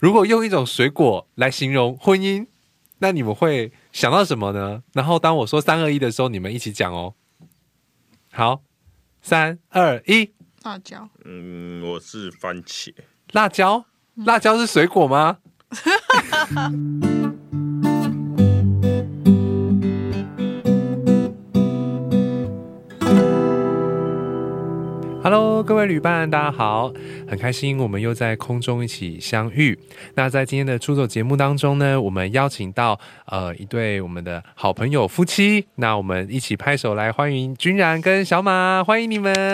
如果用一种水果来形容婚姻，那你们会想到什么呢？然后当我说3、2、1的时候，你们一起讲哦。好，3、2、1。 辣椒。 我是番茄。 辣椒？辣椒是水果吗？Hello， 各位旅伴，大家好，很开心我们又在空中一起相遇。那在今天的出走节目当中呢，我们邀请到一对我们的好朋友夫妻，那我们一起拍手来欢迎君然跟小马，欢迎你们。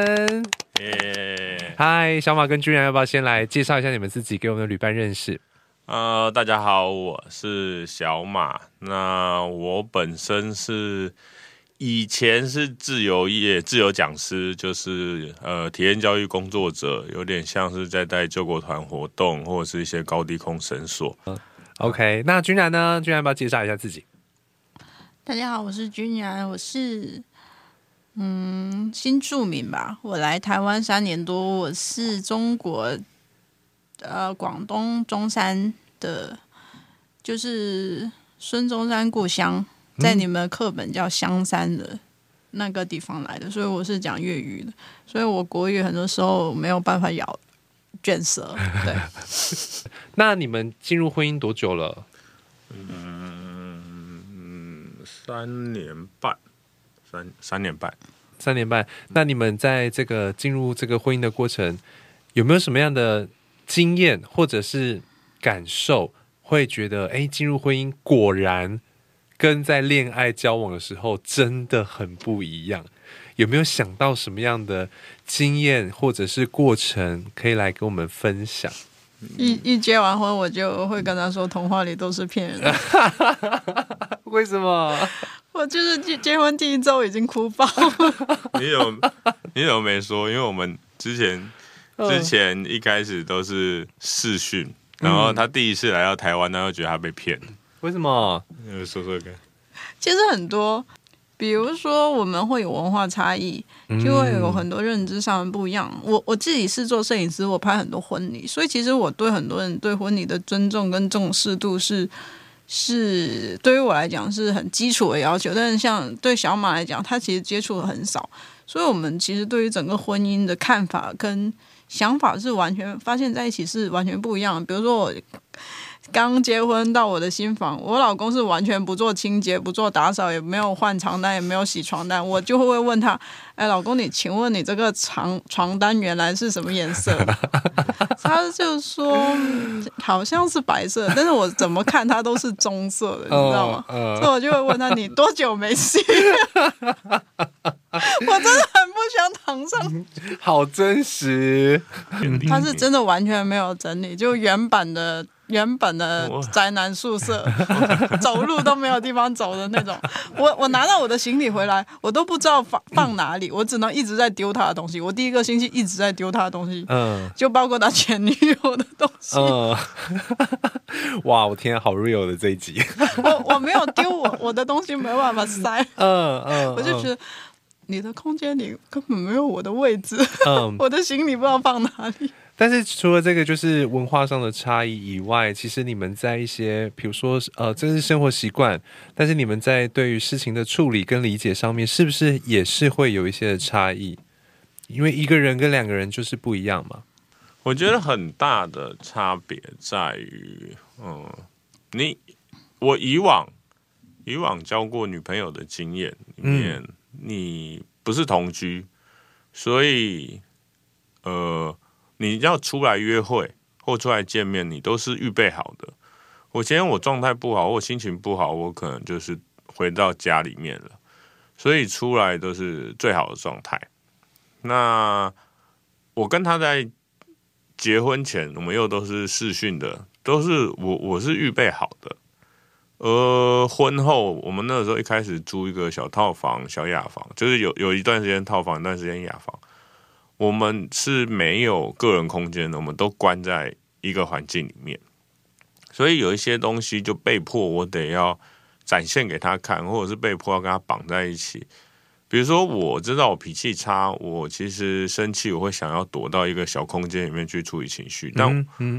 嗨，小马跟君然，要不要先来介绍一下你们自己，给我们的旅伴认识？ 大家好，我是小马。那我本身是以前是自由讲师，就是体验教育工作者，有点像是在带救国团活动，或者是一些高低空绳索。 OK， 那君然呢？君然要不要介绍一下自己？ 大家好，我是君然，我是新住民吧。我来台湾3年多，我是中国广东中山的，就是孙中山故乡。在你们课本叫香山的那个地方来的，所以我是讲粤语的，所以我国语很多时候没有办法咬卷舌。对， 那你们进入婚姻多久了 ？3年半，3年半。 3年半。那你们在这个进入这个婚姻的过程，有没有什么样的经验或者是感受，会觉得进入婚姻果然跟在恋爱交往的时候真的很不一样？有没有想到什么样的经验或者是过程可以来跟我们分享？ 一结完婚，我就会跟他说，童话里都是骗人的。 为什么？ 我就是结婚第1周已经哭爆。 你怎么没说？因为我们之前一开始都是视讯，然后他第一次来到台湾，他就觉得他被骗。 为什么？ 说说看。 其实很多，比如说我们会有文化差异，就会有很多认知上的不一样。我自己是做摄影师，我拍很多婚礼，所以其实我对很多人对婚礼的尊重跟重视度是对于我来讲是很基础的要求。但是像对小马来讲，他其实接触的很少，所以我们其实对于整个婚姻的看法跟想法是完全发现在一起是完全不一样的。比如说我刚结婚到我的新房，我老公是完全不做清洁、不做打扫，也没有换床单，也没有洗床单。我就会问他：“老公，请问你这个床单原来是什么颜色？”他就说好像是白色，但是我怎么看它都是棕色的，你知道吗？所以我就会问他：“你多久没洗？”我真的很不想躺上。 好真实。 他是真的完全没有整理，就原本的宅男宿舍，走路都没有地方走的那种。我拿到我的行李回来，我都不知道放哪里，我只能一直在丢他的东西。我第1个星期一直在丢他的东西，就包括他前女友的东西。 哇，我天啊，好 real 的这一集。 我没有丢我的东西，没办法塞。我就觉得你的空间里根本没有我的位置，我的行李不知道放哪里。 但是除了这个就是文化上的差异以外，其实你们在一些比如说这是生活习惯，但是你们在对于事情的处理跟理解上面，是不是也是会有一些的差异？因为一个人跟2个人就是不一样嘛。 我觉得很大的差别在于，我以往交过女朋友的经验里面，你不是同居，所以你要出来约会或出来见面，你都是预备好的。我今天我状态不好，我心情不好，我可能就是回到家里面了，所以出来都是最好的状态。那我跟他在结婚前，我们又都是视讯的，都是我是预备好的。而婚后，我们那个时候一开始租一个小套房、小雅房，就是有一段时间套房，一段时间雅房。我们是没有个人空间的，我们都关在一个环境里面，所以有一些东西就被迫我得要展现给他看，或者是被迫要跟他绑在一起。比如说，我知道我脾气差，我其实生气，我会想要躲到一个小空间里面去处理情绪，但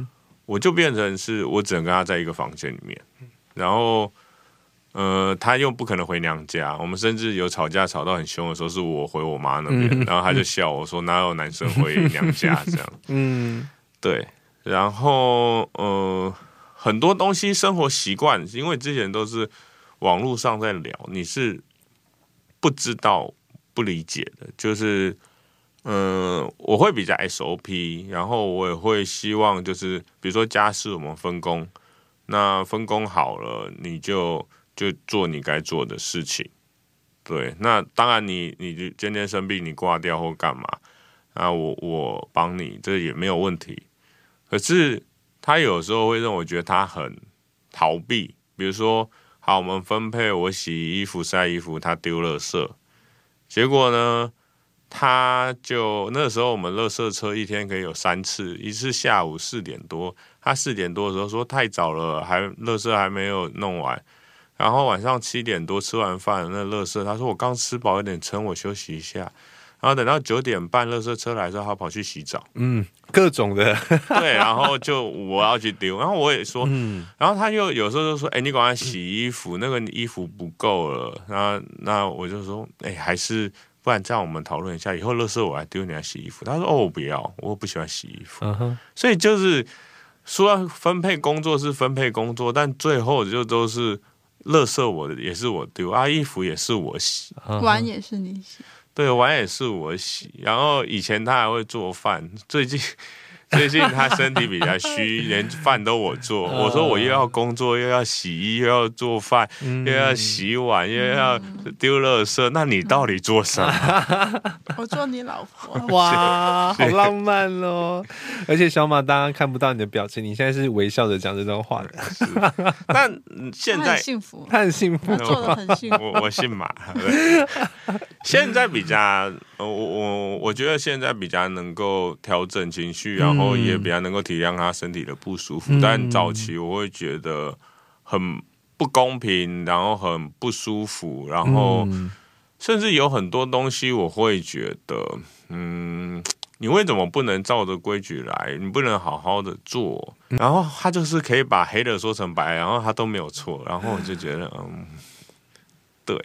我就变成是我只能跟他在一个房间里面，然后他又不可能回娘家，我们甚至有吵架吵到很凶的时候，是我回我妈那边，然后他就笑我说哪有男生回娘家这样，对，然后很多东西生活习惯，因为之前都是网络上在聊，你是不知道不理解的，就是我会比较 SOP， 然后我也会希望就是比如说家事我们分工，那分工好了，你就做你该做的事情。对，那当然你今天生病你挂掉或干嘛，那我帮你，这也没有问题。可是他有时候会让我觉得他很逃避，比如说好，我们分配我洗衣服晒衣服，他丢垃圾，结果呢他就那时候我们垃圾车一天可以有3次，一次下午4点多，他4点多的时候说太早了，垃圾还没有弄完，然后晚上7点多吃完饭，那垃圾他说我刚吃饱有点撑，我休息一下，然后等到9点半垃圾车来的时候，他跑去洗澡， 各种的， 对，然后就我要去丢，然后我也说，然后他又有时候就说，你赶快洗衣服，那个衣服不够了，那我就说，还是。不然这样我们讨论一下，以后垃圾我来丢，你来洗衣服。他说：“我不要，我不喜欢洗衣服。所以就是说分配工作是分配工作，但最后就都是垃圾也是我丢啊，衣服也是我洗， 碗也是你洗， 对，碗也是我洗。然后以前他还会做饭，最近他身体比较虚，连饭都我做。我说我又要工作，又要洗衣，又要做饭，又要洗碗，又要丢垃圾，那你到底做什么？ 我做你老婆。 哇，好浪漫哦！而且小马刚刚看不到你的表情，你现在是微笑着讲这段话的。 但现在他很幸福， 他很幸福， 他做的很幸福。 我姓马。现在比较，我觉得现在比较能够调整情绪，然后也比较能够体谅他身体的不舒服。但早期我会觉得很不公平，然后很不舒服，然后甚至有很多东西我会觉得，你为什么不能照着规矩来？你不能好好的做？然后他就是可以把黑的说成白，然后他都没有错，然后我就觉得，对，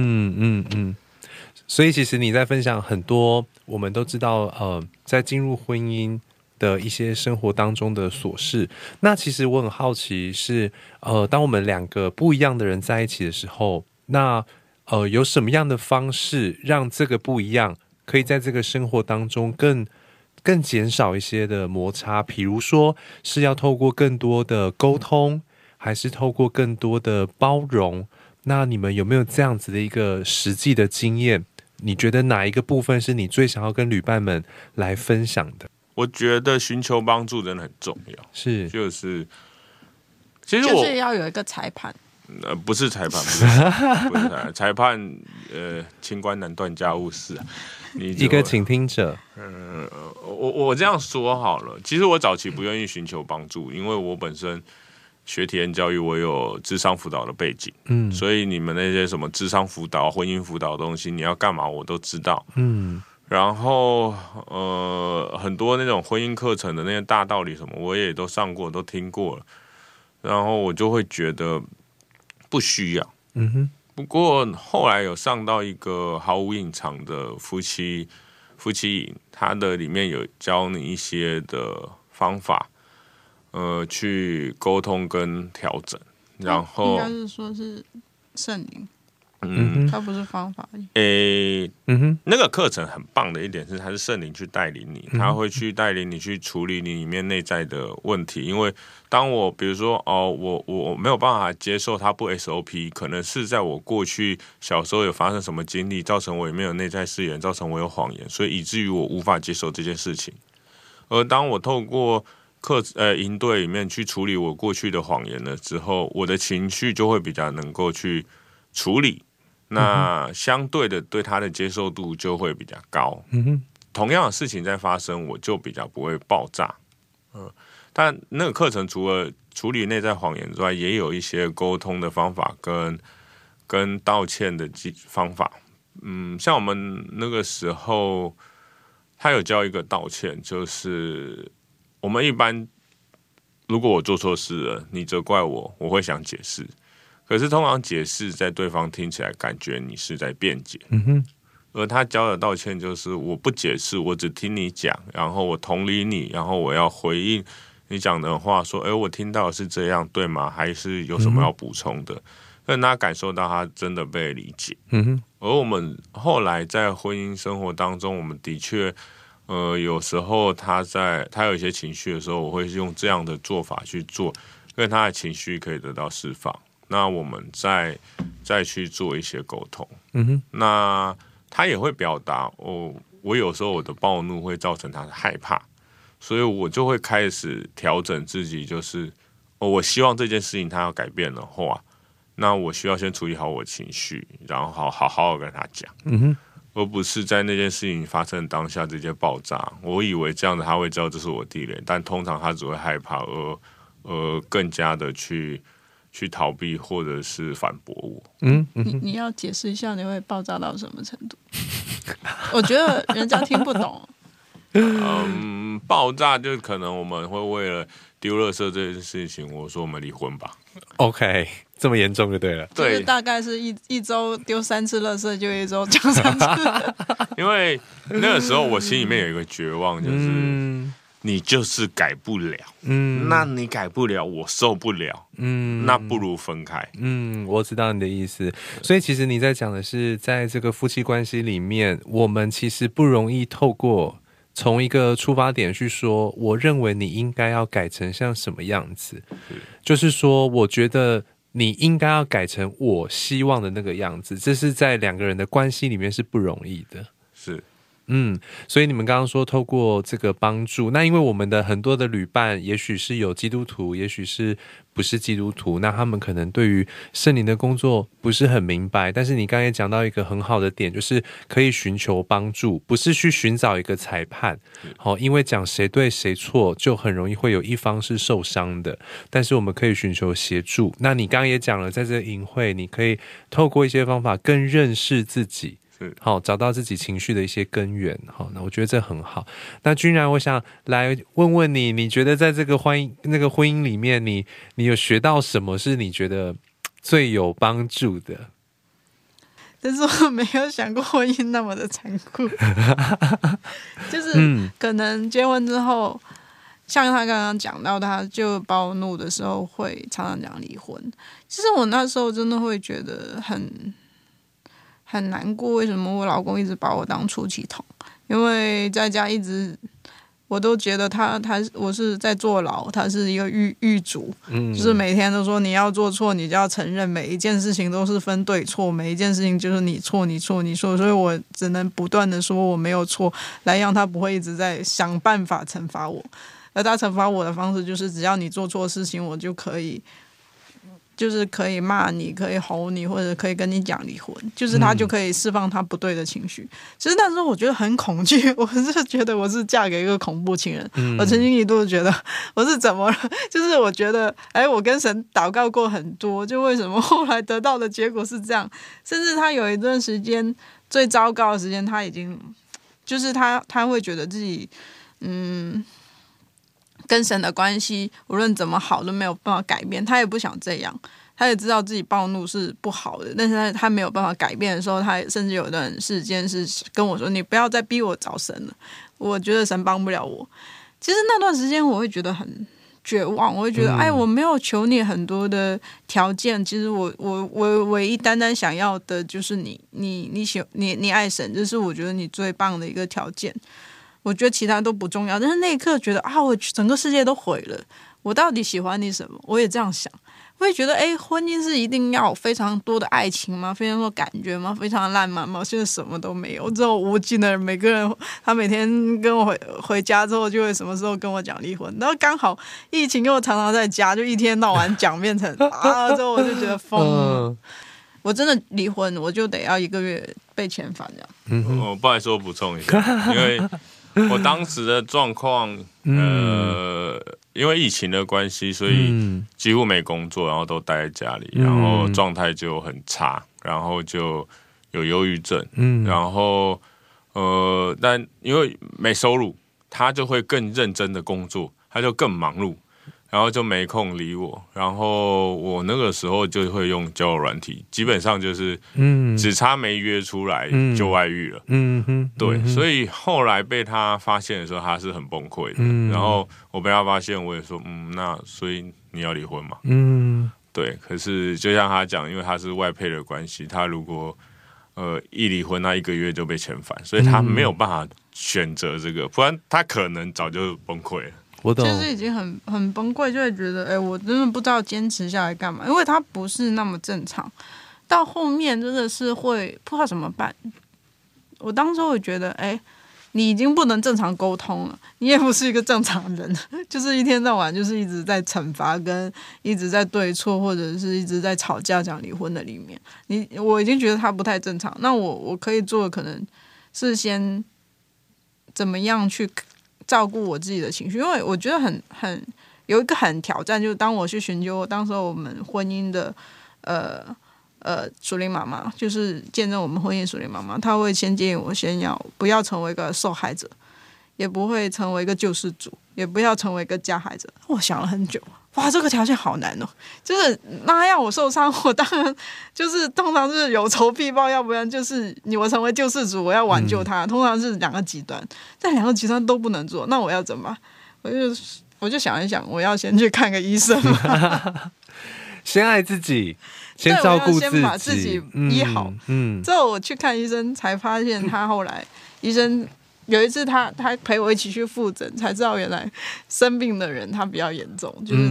所以其实你在分享很多我们都知道在进入婚姻的一些生活当中的琐事。那其实我很好奇是当我们2个不一样的人在一起的时候，那有什么样的方式让这个不一样可以在这个生活当中更减少一些的摩擦？比如说是要透过更多的沟通，还是透过更多的包容？那你们有没有这样子的一个实际的经验？你觉得哪一个部分是你最想要跟旅伴们来分享的？ 我觉得寻求帮助真的很重要，就是其实就是要有一个裁判， 不是裁判，不是裁判，清官难断家务事啊。 一个倾听者， 我这样说好了，其实我早期不愿意寻求帮助，因为我本身学体验教育，我有諮商辅导的背景，所以你们那些什么諮商辅导、婚姻辅导的东西，你要干嘛我都知道，然后很多那种婚姻课程的那些大道理什么，我也都上过，都听过了，然后我就会觉得不需要，不过后来有上到一个毫无隐藏的夫妻营，它的里面有教你一些的方法。去沟通跟调整，然后应该是说是圣灵，它不是方法。 那个课程很棒的一点是，它是圣灵去带领你，他会去带领你去处理你里面内在的问题。因为当我比如说我没有办法接受他不 SOP， 可能是在我过去小时候有发生什么经历，造成我也没有内在誓言，造成我有谎言，所以以至于我无法接受这件事情。而当我透过营队里面去处理我过去的谎言了之后，我的情绪就会比较能够去处理，那相对的对他的接受度就会比较高。同样的事情在发生，我就比较不会爆炸。但那个课程除了处理内在谎言之外，也有一些沟通的方法跟道歉的方法。像我们那个时候，他有教一个道歉，就是我们一般如果我做错事了，你责怪我，我会想解释。可是通常解释在对方听起来感觉你是在辩解，而他教的道歉就是我不解释，我只听你讲，然后我同理你，然后我要回应你讲的话，说，我听到的是这样，对吗？还是有什么要补充的？让他感受到他真的被理解。而我们后来在婚姻生活当中，我们的确，有时候他有一些情绪的时候，我会用这样的做法去做，因为他的情绪可以得到释放。那我们再去做一些沟通。那他也会表达，我有时候我的暴怒会造成他的害怕，所以我就会开始调整自己，就是我希望这件事情他要改变的话，那我需要先处理好我的情绪，然后好好跟他讲，而不是在那件事情发生当下直接爆炸。我以为这样子他会知道这是我地雷，但通常他只会害怕，而更加的去逃避或者是反驳我。 你要解释一下你会爆炸到什么程度？我觉得人家听不懂。 爆炸就可能我们会为了丢垃圾这件事情，我说我们离婚吧。 OK， 这么严重就对了。 对，就是大概是一周丢3次垃圾，就一周讲3次。 因为那个时候我心里面有一个绝望，就是你就是改不了，那你改不了，我受不了，那不如分开。 我知道你的意思。所以其实你在讲的是，在这个夫妻关系里面，我们其实不容易透过从一个出发点去说，我认为你应该要改成像什么样子，就是说，我觉得你应该要改成我希望的那个样子，这是在两个人的关系里面是不容易的。 是。 所以你们刚刚说透过这个帮助，那因为我们的很多的旅伴也许是有基督徒，也许是不是基督徒，那他们可能对于圣灵的工作不是很明白，但是你刚才讲到一个很好的点，就是可以寻求帮助，不是去寻找一个裁判，因为讲谁对谁错就很容易会有一方是受伤的，但是我们可以寻求协助。那你刚刚也讲了，在这个营会你可以透过一些方法更认识自己，好，找到自己情绪的一些根源。好，那我觉得这很好。那君然，我想来问问你，你觉得在这个婚姻里面，你有学到什么是你觉得最有帮助的？ 但是我没有想过婚姻那么的残酷，就是可能结婚之后，像他刚刚讲到，他就暴怒的时候会常常讲离婚。其实我那时候真的会觉得很难过，为什么我老公一直把我当出气筒？因为在家一直我都觉得我是在坐牢，他是一个狱卒，就是每天都说你要做错，你就要承认，每一件事情都是分对错，每一件事情就是你错，所以我只能不断的说我没有错，来让他不会一直在想办法惩罚我。而他惩罚我的方式就是，只要你做错事情，我就可以。就是可以骂你，可以吼你，或者可以跟你讲离婚，就是他就可以释放他不对的情绪。其实那时候我觉得很恐惧，我是觉得我是嫁给一个恐怖情人。我曾经一度觉得我是怎么了，就是我觉得，我跟神祷告过很多，就为什么后来得到的结果是这样？甚至他有一段时间最糟糕的时间，他已经就是他会觉得自己跟神的关系无论怎么好都没有办法改变，他也不想这样，他也知道自己暴怒是不好的，但是他没有办法改变的时候，他甚至有一段时间是跟我说，你不要再逼我找神了，我觉得神帮不了我。其实那段时间我会觉得很绝望，我会觉得我没有求你很多的条件，其实我唯一单单想要的就是你爱神，这是我觉得你最棒的一个条件，我觉得其他都不重要。但是那一刻觉得我整个世界都毁了，我到底喜欢你什么？我也这样想，我也觉得婚姻是一定要有非常多的爱情吗？非常多感觉吗？非常的浪漫吗？现在什么都没有，只有无尽的人，每个人他每天跟我回家之后就会什么时候跟我讲离婚，然后刚好疫情又常常在家，就一天到晚讲变成之后我就觉得疯了。我真的离婚，我就得要1个月被遣返这样。 不好意思，我补充一下，因为我当时的状况，因为疫情的关系，所以几乎没工作，然后都待在家里，然后状态就很差，然后就有忧郁症，然后但因为没收入，他就会更认真的工作，他就更忙碌， 然后就没空理我，然后我那个时候就会用交友软体，基本上就是只差没约出来就外遇了。对，所以后来被他发现的时候，他是很崩溃的。然后我被他发现，我也说，那所以你要离婚嘛？对。可是就像他讲，因为他是外配的关系，他如果一离婚，他1个月就被遣返，所以他没有办法选择这个，不然他可能早就崩溃了。 我懂， 就是已经很崩溃，就会觉得，我真的不知道坚持下来干嘛，因为他不是那么正常，到后面真的是会不知道怎么办。我当时会觉得，你已经不能正常沟通了，你也不是一个正常人，就是一天到晚就是一直在惩罚跟一直在对错，或者是一直在吵架讲离婚的里面，我已经觉得他不太正常。那我可以做的可能是先怎么样去照顾我自己的情绪，因为我觉得有一个很挑战，就是当我去寻求当时候我们婚姻的属灵妈妈，就是见证我们婚姻属灵妈妈，她会先建议我不要成为一个受害者，也不会成为一个救世主，也不要成为一个加害者。我想了很久，哇，这个条件好难哦！就是那要我受伤，我当然就是通常是有仇必报，要不然就是我成为救世主，我要挽救他。通常是2个极端，但2个极端都不能做，那我要怎么办？我就想一想，我要先去看个医生嘛。 先爱自己，先照顾自己， 先把自己医好。之后我去看医生，才发现他后来医生有一次他陪我一起去复诊，才知道原来生病的人他比较严重，就是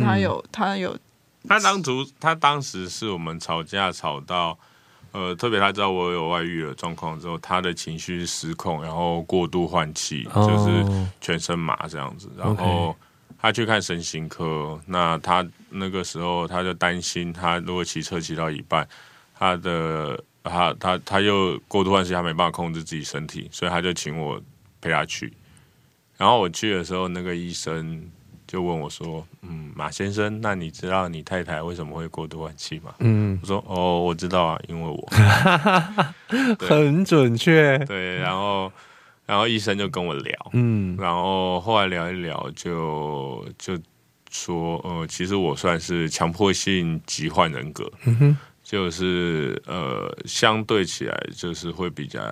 他当时是我们吵架吵到特别他知道我有外遇的状况之后，他的情绪失控，然后过度换气，就是全身麻这样子，然后他去看身心科，那他那个时候他就担心，他如果骑车骑到一半，他又过度换气，他没办法控制自己身体，所以他就请我陪他去。然后我去的时候，那个医生就问我说：“马先生，那你知道你太太为什么会过度换气吗？”我说：“我知道啊，因为我。” 很准确。 对，然后医生就跟我聊，然后后来聊一聊就说，其实我算是强迫性疾患人格，就是相对起来就是会比较，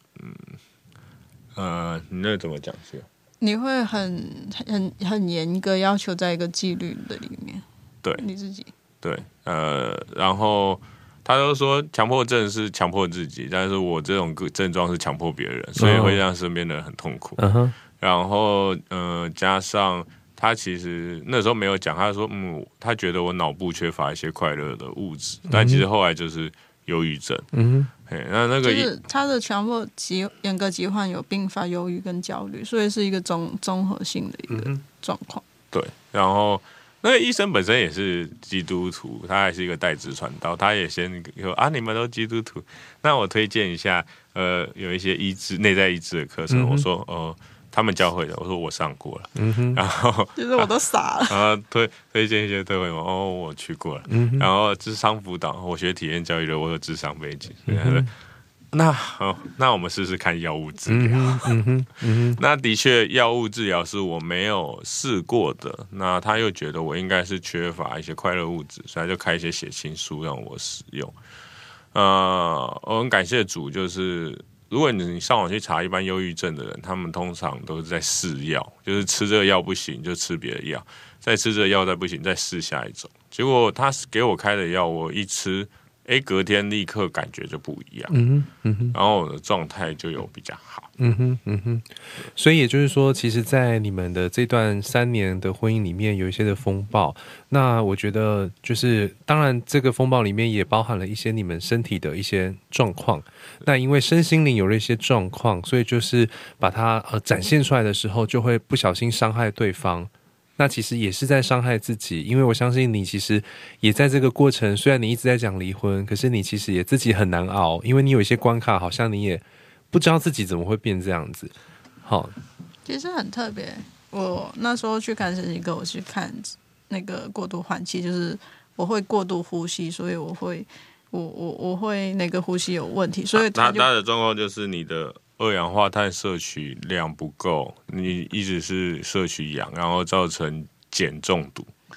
你那怎么讲是？ 你会很严格要求在一个纪律的里面， 对你自己， 对，然后他都说强迫症是强迫自己，但是我这种症状是强迫别人，所以会让身边的人很痛苦。然后加上他其实那时候没有讲，他说他觉得我脑部缺乏一些快乐的物质，但其实后来就是忧郁症。那个就是他的强迫严格疾患有并发忧郁跟焦虑，所以是一个综合性的一个状况。 对，然后那个医生本身也是基督徒，他还是一个代职传道，他也先说你们都基督徒，那我推荐一下有一些内在医治的课程。我说他们教会的，我说我上过了，然后其实我都傻了， 然后推荐一些特会嘛，我去过了，然后智商辅导，我学体验教育的，我有智商背景，那我们试试看药物治疗。那的确药物治疗是我没有试过的，那他又觉得我应该是缺乏一些快乐物质，所以他就开一些血清素让我使用。我很感谢主，就是如果你上网去查一般忧郁症的人，他们通常都是在试药，就是吃这个药不行就吃别的药，再吃这个药再不行再试下一种。结果他给我开的药，我一吃，隔天立刻感觉就不一样，然后我的状态就有比较好。 所以也就是说，其实在你们的这段3年的婚姻里面有一些的风暴，那我觉得就是当然这个风暴里面也包含了一些你们身体的一些状况，那因为身心灵有了一些状况，所以就是把它展现出来的时候就会不小心伤害对方，那其实也是在伤害自己，因为我相信你其实也在这个过程，虽然你一直在讲离婚，可是你其实也自己很难熬，因为你有一些关卡好像你也不知道自己怎么会变这样子。好， 其实很特别。我那时候去看神经科，我去看那个过度换气，就是我会过度呼吸，所以我会那个呼吸有问题，所以他的状况就是你的二氧化碳摄取量不够，你一直是摄取氧，然后造成碱中毒。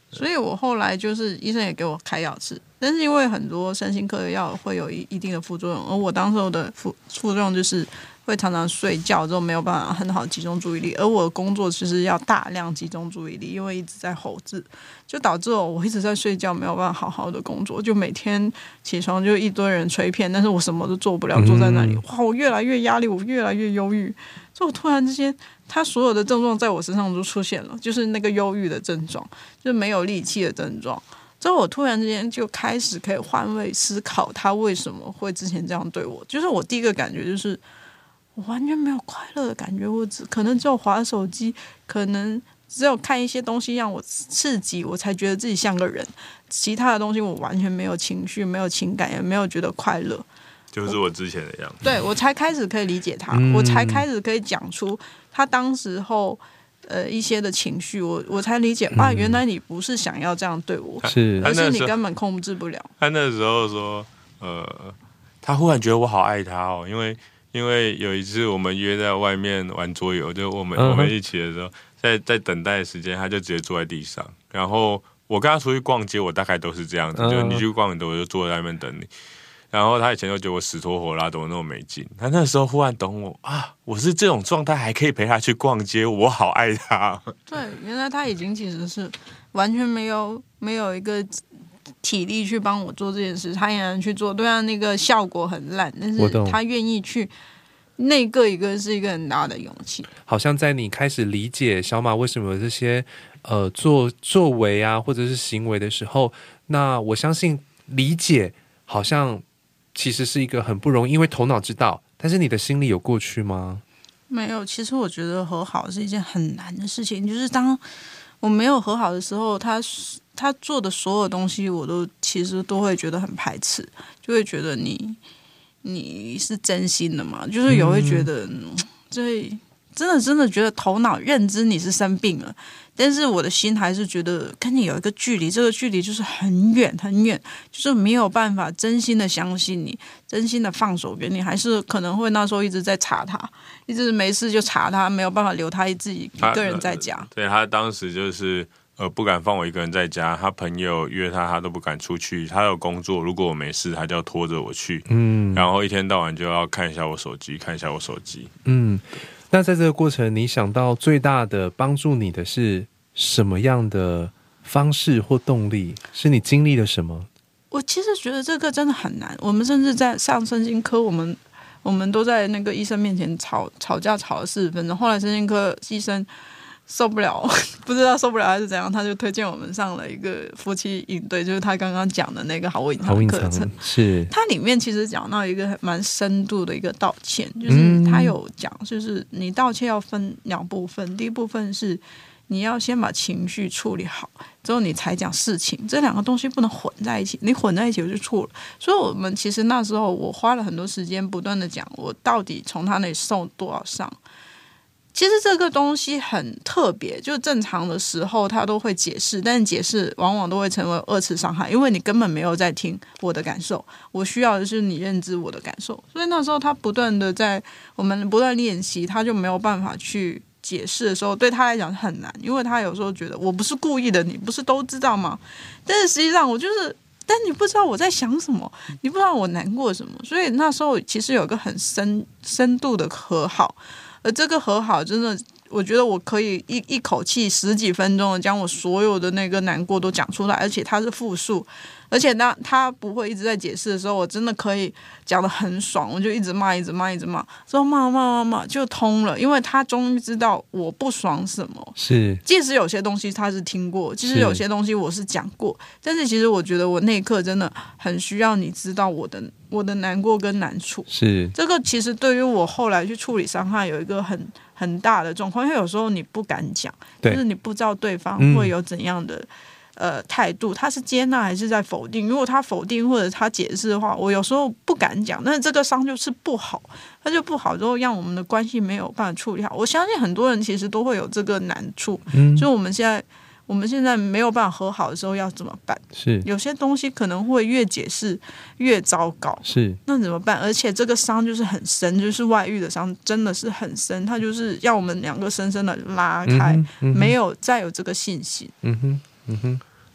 所以我后来就是医生也给我开药吃，但是因为很多身心科的药会有一定的副作用，而我当时候的副作用就是会常常睡觉之后没有办法很好集中注意力，而我的工作就是要大量集中注意力，因为一直在吼字，就导致我一直在睡觉，没有办法好好的工作，就每天起床就一堆人催片，但是我什么都做不了，坐在那里，哇，我越来越压力，我越来越忧郁，所以我突然之间，他所有的症状在我身上都出现了，就是那个忧郁的症状，就是没有力气的症状。之后我突然之间就开始可以换位思考，他为什么会之前这样对我。就是我第一个感觉就是我完全没有快乐的感觉，我可能只有滑手机，可能只有看一些东西让我刺激，我才觉得自己像个人。其他的东西我完全没有情绪，没有情感，也没有觉得快乐。 就是我之前的样子。 对，我才开始可以理解他，我才开始可以讲出他当时候一些的情绪，我才理解啊，原来你不是想要这样对我， 是而是你根本控制不了。 他那时候说，他忽然觉得我好爱他哦，因为有一次我们约在外面玩桌游，就我们一起的时候，在等待的时间，他就直接坐在地上，然后我跟他出去逛街，我大概都是这样子，就你去逛很多，我就坐在那边等你。然后他以前就觉得我死拖活拉，怎么那么没劲？他那时候忽然懂我啊，我是这种状态还可以陪他去逛街，我好爱他。 对，原来他已经其实是完全没有一个体力去帮我做这件事，他也能去做，对啊，那个效果很烂，但是他愿意去，那个一个是一个很大的勇气。 好像在你开始理解小马为什么有这些作为啊，或者是行为的时候，那我相信理解好像其实是一个很不容易，因为头脑知道，但是你的心里有过去吗？ 没有，其实我觉得和好是一件很难的事情，就是当我没有和好的时候，他做的所有东西，我都其实都会觉得很排斥，就会觉得你是真心的嘛，就是有会觉得，这真的觉得头脑认知你是生病了，但是我的心还是觉得跟你有一个距离，这个距离就是很远很远，就是没有办法真心的相信你，真心的放手给你，还是可能会那时候一直在查他，一直没事就查他，没有办法留他自己一个人在家。 对，他当时就是不敢放我一个人在家，他朋友约他都不敢出去，他有工作，如果我没事，他就要拖着我去，然后一天到晚就要看一下我手机， 那在这个过程，你想到最大的帮助你的是什么样的方式或动力？是你经历了什么？ 我其实觉得这个真的很难。我们甚至在上身心科，我们都在那个医生面前吵架吵了40分钟。后来身心科医生受不了，不知道受不了还是怎样，他就推荐我们上了一个夫妻营队，就是他刚刚讲的那个好我隐藏的课程。 是它里面其实讲到一个蛮深度的一个道歉，就是他有讲，就是你道歉要分2部分，第一部分是你要先把情绪处理好，之后你才讲事情，这2个东西不能混在一起，你混在一起就错了。所以我们其实那时候我花了很多时间不断的讲我到底从他那里受多少伤。其实这个东西很特别，就正常的时候他都会解释，但是解释往往都会成为2次伤害，因为你根本没有在听我的感受，我需要的是你认知我的感受。所以那时候他不断的在我们不断练习，他就没有办法去解释的时候，对他来讲很难，因为他有时候觉得我不是故意的，你不是都知道吗？但是实际上我就是，但你不知道我在想什么，你不知道我难过什么，所以那时候其实有一个很深度的和好。而这个和好真的，我觉得我可以一口气10几分钟的将我所有的那个难过都讲出来，而且它是复述，而且他不会一直在解释的时候，我真的可以讲得很爽，我就一直骂，之后骂就通了，因为他终于知道我不爽什么。 是， 即使有些东西他是听过，即使有些东西我是讲过，但是其实我觉得我那一刻真的很需要你知道我的难过跟难处。 是， 这个其实对于我后来去处理伤害有一个很大的状况，因为有时候你不敢讲，就是你不知道对方会有怎样的态度，他是接纳还是在否定。如果他否定或者他解释的话，我有时候不敢讲，但是这个伤就是不好，他就不好之后让我们的关系没有办法处理好。我相信很多人其实都会有这个难处，所以我们现在没有办法和好的时候要怎么办？ 是有些东西可能会越解释越糟糕， 是那怎么办？而且这个伤就是很深，就是外遇的伤真的是很深，它就是要我们2个深深的拉开，没有再有这个信心。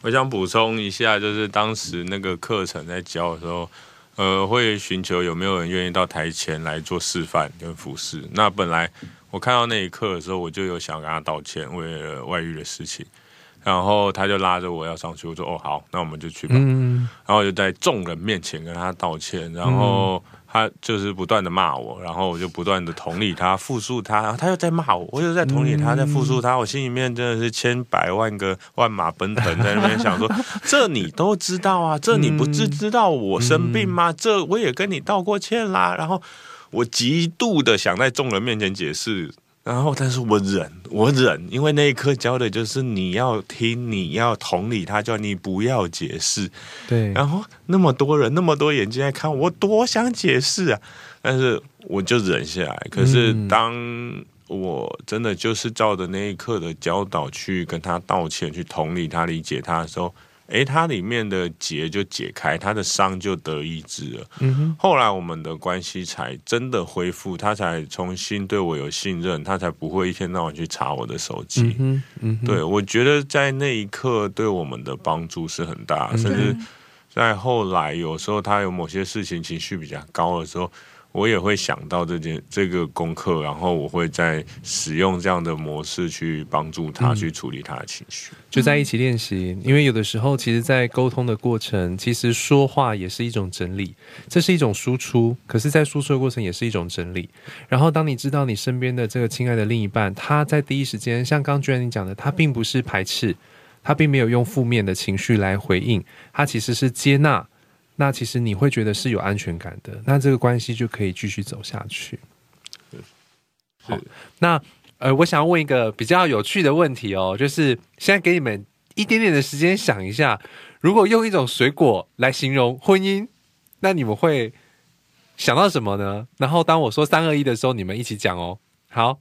我想补充一下，就是当时那个课程在教的时候，会寻求有没有人愿意到台前来做示范跟服侍。那本来我看到那一刻的时候，我就有想跟他道歉，为了外遇的事情。然后他就拉着我要上去，我说哦好，那我们就去吧。然后我就在众人面前跟他道歉，然后他就是不断的骂我，然后我就不断的同理他，复述他，然后他又在骂我，我又在同理他，在复述他，我心里面真的是千百万个万马奔腾，在那边想说，这你都知道啊，这你不是知道我生病吗？这我也跟你道过歉啦。然后我极度的想在众人面前解释。然后，但是我忍，因为那一刻教的就是你要听，你要同理他，叫你不要解释。 对。 然后那么多人，那么多眼睛在看我，多想解释啊！但是我就忍下来。可是当我真的就是照着那一刻的教导去跟他道歉，去同理他、理解他的时候，他里面的结就解开，他的伤就得医治了。后来我们的关系才真的恢复，他才重新对我有信任，他才不会一天到晚去查我的手机。对，我觉得在那一刻对我们的帮助是很大，甚至在后来有时候他有某些事情情绪比较高的时候，我也会想到这个功课，然后我会在使用这样的模式去帮助他去处理他的情绪， 就在一起练习。因为有的时候其实在沟通的过程，其实说话也是一种整理，这是一种输出，可是在输出的过程也是一种整理。然后当你知道你身边的这个亲爱的另一半，他在第一时间像刚刚 Jenny 讲的，他并不是排斥，他并没有用负面的情绪来回应，他其实是接纳，那其实你会觉得是有安全感的，那这个关系就可以继续走下去。好，那我想要问一个比较有趣的问题哦，就是现在给你们一点点的时间想一下，如果用一种水果来形容婚姻，那你们会想到什么呢？然后当我说3、2、1的时候，你们一起讲哦。好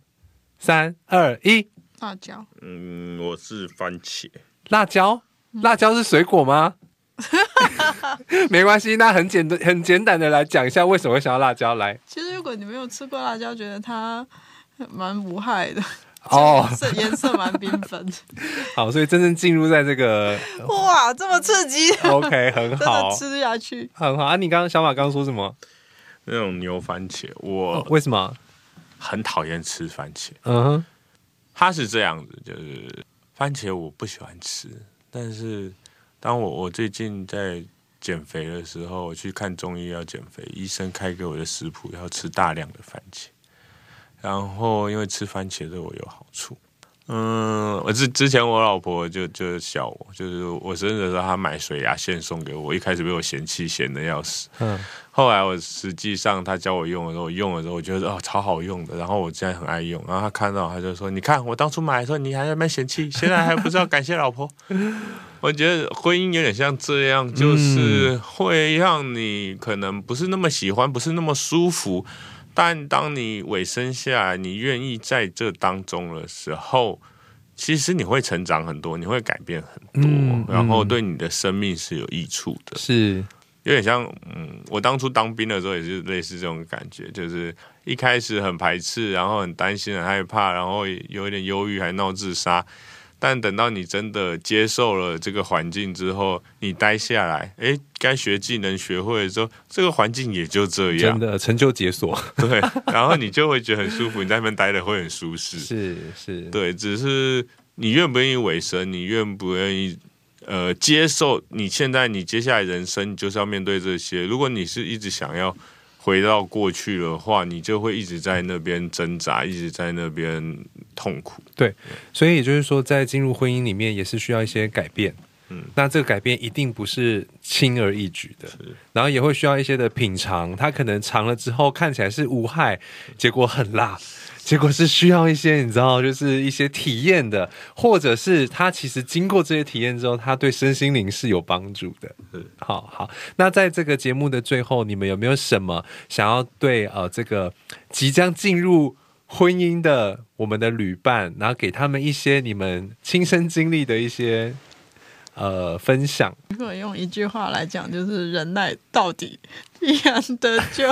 ，3、2、1。 辣椒。 我是番茄。 辣椒？辣椒是水果吗？没关系，那很简单的来讲一下为什么会想要辣椒来。 其实如果你没有吃过辣椒，觉得它蛮无害的哦， 颜色蛮缤纷。 好，所以真正进入在这个哇，这么刺激 OK 很好， 真的吃下去很好啊。你小马刚说什么？ 那种牛番茄，我为什么很讨厌吃番茄？它是这样子，就是番茄我不喜欢吃，但是当我最近在减肥的时候，我去看中医要减肥，医生开给我的食谱要吃大量的番茄，然后因为吃番茄对我有好处。我之前我老婆就笑我，就是我生日的时候她买水牙线送给我，一开始被我嫌弃嫌的要死。后来我实际上她教我用的时候，我用的时候我觉得超好用的，然后我现在很爱用。然后她看到她就说：“你看我当初买的时候你还在那边嫌弃，现在还不知道感谢老婆。”我觉得婚姻有点像这样，就是会让你可能不是那么喜欢，不是那么舒服。但当你尾声下来，你愿意在这当中的时候，其实你会成长很多，你会改变很多，然后对你的生命是有益处的。 是有点像，我当初当兵的时候也是类似这种感觉，就是一开始很排斥，然后很担心、很害怕，然后有一点忧郁，还闹自杀。但等到你真的接受了这个环境之后，你待下来，该学技能学会的时候，这个环境也就这样， 真的成就解锁。 对，然后你就会觉得很舒服，你在那边待的会很舒适。 是， 对，只是你愿不愿意委身，你愿不愿意接受你现在你接下来人生就是要面对这些。如果你是一直想要回到过去的话，你就会一直在那边挣扎，一直在那边痛苦。 对，所以也就是说，在进入婚姻里面也是需要一些改变。那这个改变一定不是轻而易举的，然后也会需要一些的品尝。它可能尝了之后看起来是无害，结果很辣。结果是需要一些你知道，就是一些体验的，或者是他其实经过这些体验之后，他对身心灵是有帮助的。好，那在这个节目的最后，你们有没有什么想要对这个即将进入婚姻的我们的旅伴，然后给他们一些你们亲身经历的一些分享？ 如果用一句话来讲，就是忍耐到底，必然得救。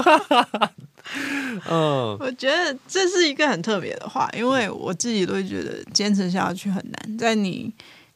我觉得这是一个很特别的话，因为我自己都会觉得坚持下去很难。在你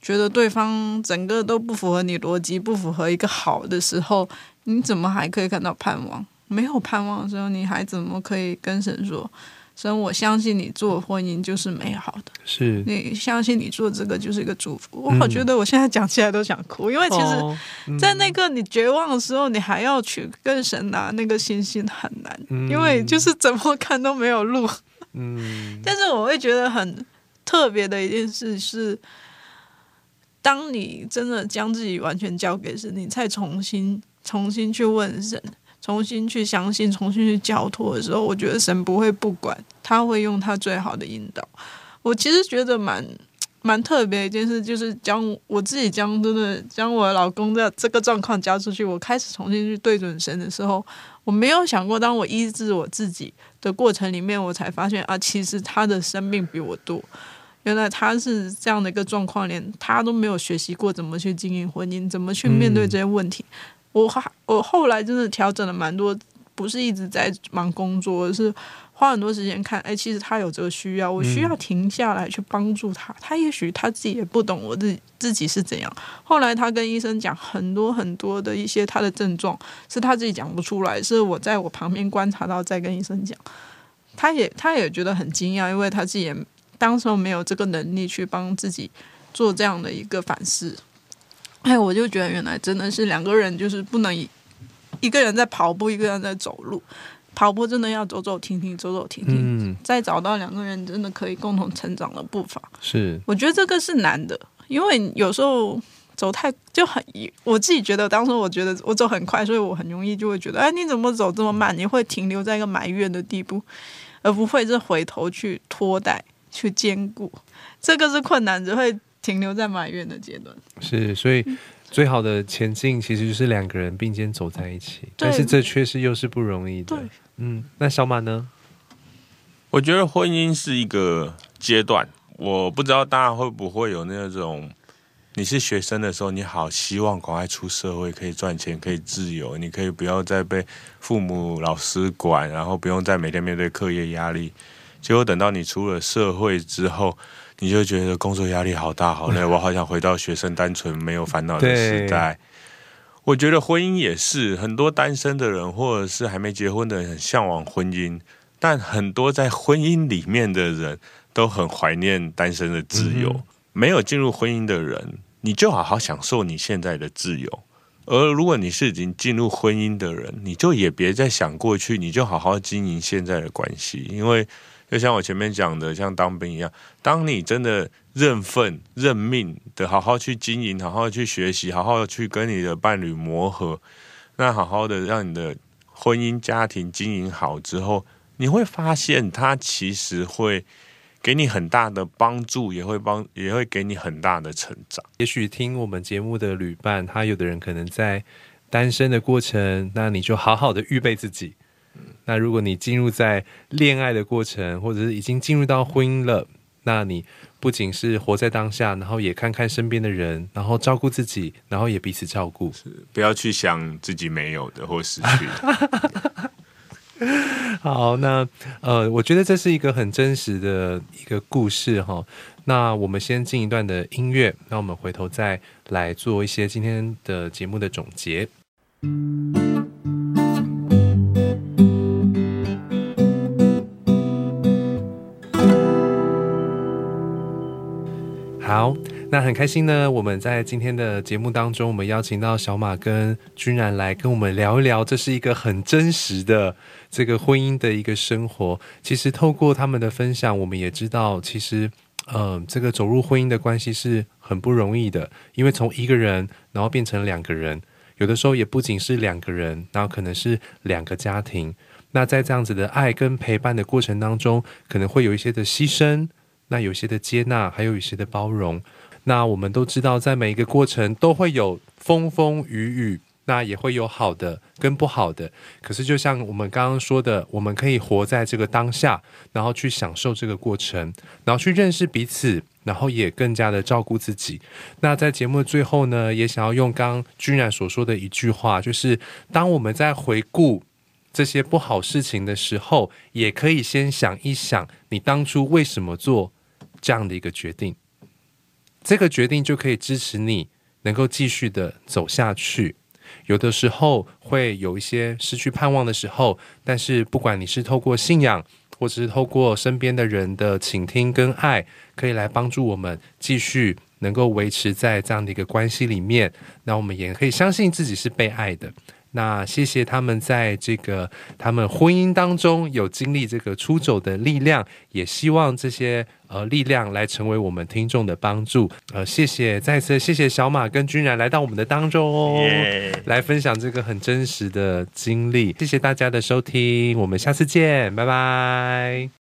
觉得对方整个都不符合你逻辑，不符合一个好的时候，你怎么还可以看到盼望？没有盼望的时候，你还怎么可以跟神说，神，我相信你做婚姻就是美好的， 是你相信你做这个就是一个祝福。我觉得我现在讲起来都想哭，因为其实在那个你绝望的时候，你还要去跟神拿那个信心很难，因为就是怎么看都没有路。但是我会觉得很特别的一件事是，当你真的将自己完全交给神，你再重新去问神，重新去相信，重新去交托的时候，我觉得神不会不管，他会用他最好的引导。我其实觉得蛮特别的一件事，就是我自己将我的老公的这个状况交出去，我开始重新去对准神的时候，我没有想过，当我医治我自己的过程里面，我才发现啊，其实他的生命比我多。原来他是这样的一个状况，连他都没有学习过怎么去经营婚姻，怎么去面对这些问题。我后来真的调整了蛮多，不是一直在忙工作，而是花很多时间看，其实他有这个需要，我需要停下来去帮助他。他也许他自己也不懂我自己是怎样。后来他跟医生讲很多很多的一些他的症状，是他自己讲不出来，是我在我旁边观察到再跟医生讲。他也觉得很惊讶，因为他自己也当时没有这个能力去帮自己做这样的一个反思。我就觉得原来真的是两个人就是不能一个人在跑步，一个人在走路。跑步真的要走走停停，走走停停，再找到两个人真的可以共同成长的步伐。 是， 我觉得这个是难的，因为有时候走我自己觉得当时我觉得我走很快，所以我很容易就会觉得，你怎么走这么慢？你会停留在一个埋怨的地步，而不会是回头去拖带、去兼顾。这个是困难，只会停留在埋怨的阶段。 是，所以最好的前进其实就是两个人并肩走在一起，但是这确实又是不容易的。那小马呢？ 我觉得婚姻是一个阶段，我不知道大家会不会有那种，你是学生的时候，你好希望赶快出社会，可以赚钱，可以自由，你可以不要再被父母、老师管，然后不用再每天面对课业压力。结果等到你出了社会之后，你就觉得工作压力好大好累，我好想回到学生单纯没有烦恼的时代。我觉得婚姻也是，很多单身的人或者是还没结婚的人很向往婚姻，但很多在婚姻里面的人都很怀念单身的自由。没有进入婚姻的人，你就好好享受你现在的自由。而如果你是已经进入婚姻的人，你就也别再想过去，你就好好经营现在的关系。因为就像我前面讲的，像当兵一样，当你真的认份认命的好好去经营，好好去学习，好好去跟你的伴侣磨合，那好好的让你的婚姻家庭经营好之后，你会发现它其实会给你很大的帮助，也会给你很大的成长。 也许听我们节目的旅伴，他有的人可能在单身的过程，那你就好好的预备自己。那如果你进入在恋爱的过程，或者是已经进入到婚姻了，那你不仅是活在当下，然后也看看身边的人，然后照顾自己，然后也彼此照顾， 不要去想自己没有的或失去的。 好，那我觉得这是一个很真实的一个故事哈。那我们先进一段的音乐，那我们回头再来做一些今天的节目的总结。好，那很开心呢，我们在今天的节目当中，我们邀请到小马跟君然来跟我们聊一聊，这是一个很真实的这个婚姻的一个生活。其实透过他们的分享，我们也知道其实这个走入婚姻的关系是很不容易的，因为从一个人然后变成两个人，有的时候也不仅是两个人，然后可能是两个家庭。那在这样子的爱跟陪伴的过程当中，可能会有一些的牺牲，那有些的接纳，还有一些的包容。那我们都知道，在每一个过程都会有风风雨雨，那也会有好的跟不好的。可是就像我们刚刚说的，我们可以活在这个当下，然后去享受这个过程，然后去认识彼此，然后也更加的照顾自己。那在节目的最后呢，也想要用刚刚君然所说的一句话，就是当我们在回顾这些不好事情的时候，也可以先想一想，你当初为什么做这样的一个决定。 这个决定就可以支持你能够继续的走下去。有的时候会有一些失去盼望的时候，但是不管你是透过信仰，或者是透过身边的人的倾听跟爱，可以来帮助我们继续能够维持在这样的一个关系里面，那我们也可以相信自己是被爱的。那谢谢他们在这个他们婚姻当中有经历这个出走的力量，也希望这些力量来成为我们听众的帮助。再次谢谢小马跟君然来到我们的当中哦，来分享这个很真实的经历。谢谢大家的收听，我们下次见，拜拜。